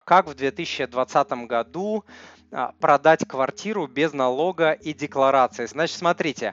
Как в 2020 году продать квартиру без налога и декларации? Значит, смотрите,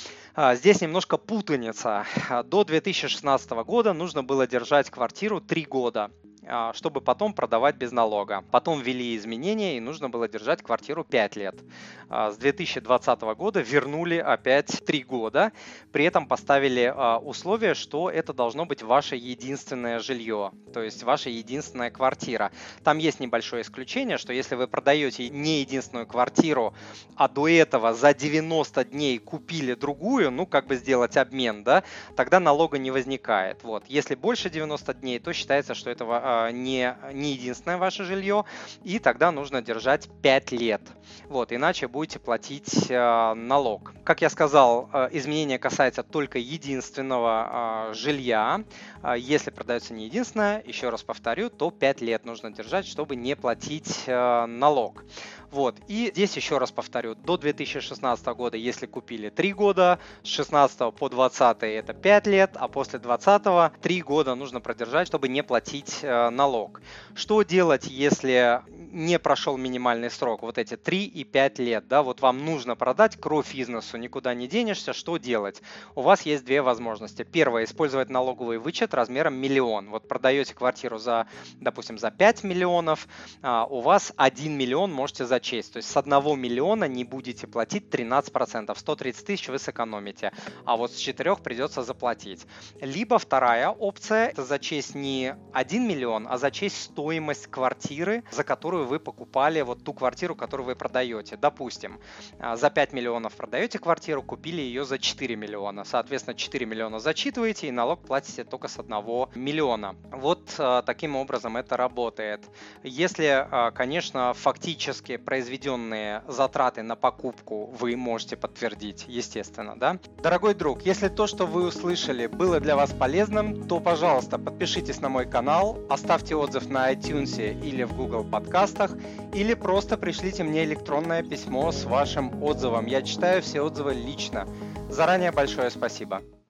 здесь немножко путаница. До 2016 года нужно было держать квартиру 3 года, чтобы потом продавать без налога. Потом ввели изменения, и нужно было держать квартиру 5 лет. С 2020 года вернули опять 3 года, при этом поставили условие, что это должно быть ваше единственное жилье, то есть ваша единственная квартира. Там есть небольшое исключение, что если вы продаете не единственную квартиру, а до этого за 90 дней купили другую, ну как бы сделать обмен, да, тогда налога не возникает. Вот. Если больше 90 дней, то считается, что это не единственное ваше жилье, и тогда нужно держать 5 лет. Вот, иначе будете платить налог. Как я сказал, изменение касается только единственного жилья. Если продается не единственное, еще раз повторю, то 5 лет нужно держать, чтобы не платить налог. Вот. И здесь еще раз повторю, до 2016 года, если купили 3 года, с 16 по 20 это 5 лет, а после 20 3 года нужно продержать, чтобы не платить налог. Что делать, если не прошел минимальный срок, вот эти 3 и 5 лет, да, вот вам нужно продать, кровь из носу, никуда не денешься, что делать? У вас есть две возможности. Первое, использовать налоговый вычет размером 1 миллион. Вот продаете квартиру за, допустим, за 5 миллионов, у вас 1 миллион можете зачесть, то есть с 1 миллиона не будете платить 13%, 130 тысяч вы сэкономите, а вот с 4 придется заплатить. Либо вторая опция, это зачесть не 1 миллион, а зачесть стоимость квартиры, за которую вы покупали вот ту квартиру, которую вы продаете. Допустим, за 5 миллионов продаете квартиру, купили ее за 4 миллиона. Соответственно, 4 миллиона зачитываете и налог платите только с 1 миллиона. Вот таким образом это работает. Если, конечно, фактически произведенные затраты на покупку вы можете подтвердить, естественно, да? Дорогой друг, если то, что вы услышали, было для вас полезным, то, пожалуйста, подпишитесь на мой канал, оставьте отзыв на iTunes или в Google подкастах, или просто пришлите мне электронное письмо с вашим отзывом. Я читаю все отзывы лично. Заранее большое спасибо.